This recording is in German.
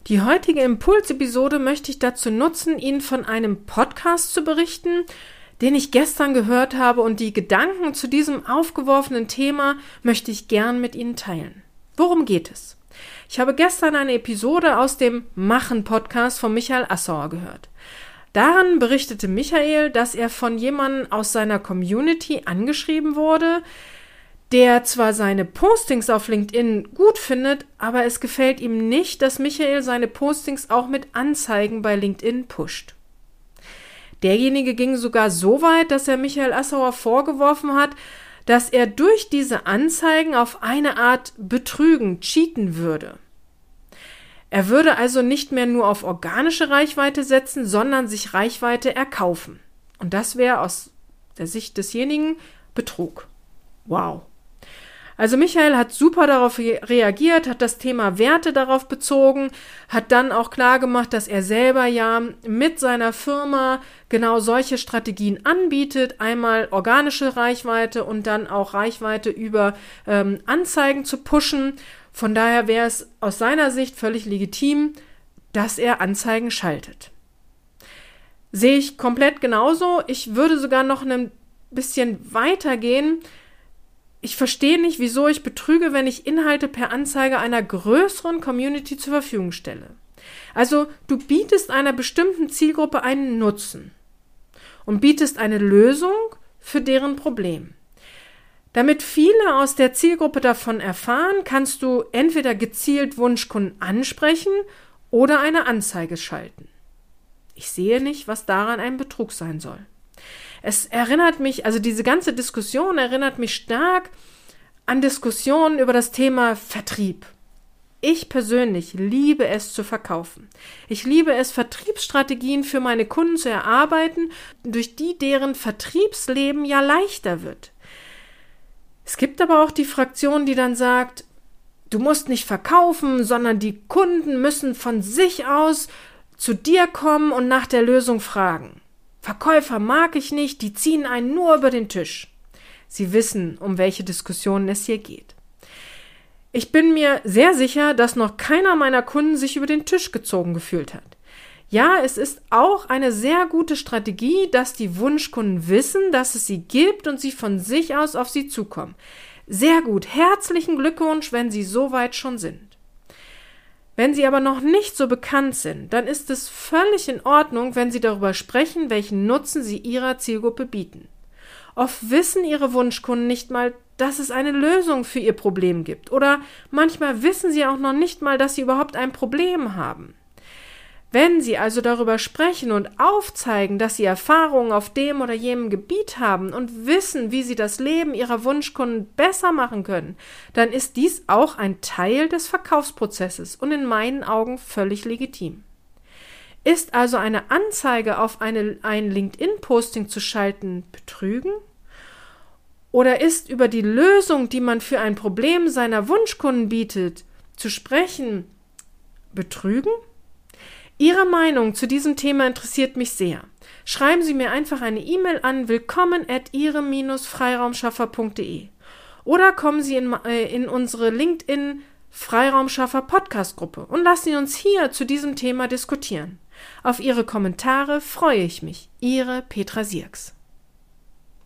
Die heutige Impulsepisode möchte ich dazu nutzen, Ihnen von einem Podcast zu berichten, den ich gestern gehört habe, und die Gedanken zu diesem aufgeworfenen Thema möchte ich gern mit Ihnen teilen. Worum geht es? Ich habe gestern eine Episode aus dem Machen-Podcast von Michael Assauer gehört. Darin berichtete Michael, dass er von jemandem aus seiner Community angeschrieben wurde, der zwar seine Postings auf LinkedIn gut findet, aber es gefällt ihm nicht, dass Michael seine Postings auch mit Anzeigen bei LinkedIn pusht. Derjenige ging sogar so weit, dass er Michael Assauer vorgeworfen hat, dass er durch diese Anzeigen auf eine Art betrügen, cheaten würde. Er würde also nicht mehr nur auf organische Reichweite setzen, sondern sich Reichweite erkaufen. Und das wäre aus der Sicht desjenigen Betrug. Wow. Also Michael hat super darauf reagiert, hat das Thema Werte darauf bezogen, hat dann auch klar gemacht, dass er selber ja mit seiner Firma genau solche Strategien anbietet, einmal organische Reichweite und dann auch Reichweite über Anzeigen zu pushen. Von daher wäre es aus seiner Sicht völlig legitim, dass er Anzeigen schaltet. Sehe ich komplett genauso. Ich würde sogar noch ein bisschen weiter gehen. Ich verstehe nicht, wieso ich betrüge, wenn ich Inhalte per Anzeige einer größeren Community zur Verfügung stelle. Also du bietest einer bestimmten Zielgruppe einen Nutzen und bietest eine Lösung für deren Problem. Damit viele aus der Zielgruppe davon erfahren, kannst du entweder gezielt Wunschkunden ansprechen oder eine Anzeige schalten. Ich sehe nicht, was daran ein Betrug sein soll. Es erinnert mich, also diese ganze Diskussion erinnert mich stark an Diskussionen über das Thema Vertrieb. Ich persönlich liebe es zu verkaufen. Ich liebe es, Vertriebsstrategien für meine Kunden zu erarbeiten, durch die deren Vertriebsleben ja leichter wird. Es gibt aber auch die Fraktion, die dann sagt, du musst nicht verkaufen, sondern die Kunden müssen von sich aus zu dir kommen und nach der Lösung fragen. Verkäufer mag ich nicht, die ziehen einen nur über den Tisch. Sie wissen, um welche Diskussionen es hier geht. Ich bin mir sehr sicher, dass noch keiner meiner Kunden sich über den Tisch gezogen gefühlt hat. Ja, es ist auch eine sehr gute Strategie, dass die Wunschkunden wissen, dass es sie gibt und sie von sich aus auf sie zukommen. Sehr gut, herzlichen Glückwunsch, wenn Sie so weit schon sind. Wenn Sie aber noch nicht so bekannt sind, dann ist es völlig in Ordnung, wenn Sie darüber sprechen, welchen Nutzen Sie Ihrer Zielgruppe bieten. Oft wissen Ihre Wunschkunden nicht mal, dass es eine Lösung für ihr Problem gibt. Oder manchmal wissen sie auch noch nicht mal, dass sie überhaupt ein Problem haben. Wenn Sie also darüber sprechen und aufzeigen, dass Sie Erfahrungen auf dem oder jenem Gebiet haben und wissen, wie Sie das Leben Ihrer Wunschkunden besser machen können, dann ist dies auch ein Teil des Verkaufsprozesses und in meinen Augen völlig legitim. Ist also eine Anzeige auf ein LinkedIn-Posting zu schalten Betrügen? Oder ist über die Lösung, die man für ein Problem seiner Wunschkunden bietet, zu sprechen Betrügen? Ihre Meinung zu diesem Thema interessiert mich sehr. Schreiben Sie mir einfach eine E-Mail an willkommen@ihrem-freiraumschaffer.de oder kommen Sie in unsere LinkedIn Freiraumschaffer Podcast-Gruppe und lassen Sie uns hier zu diesem Thema diskutieren. Auf Ihre Kommentare freue ich mich. Ihre Petra Sierks.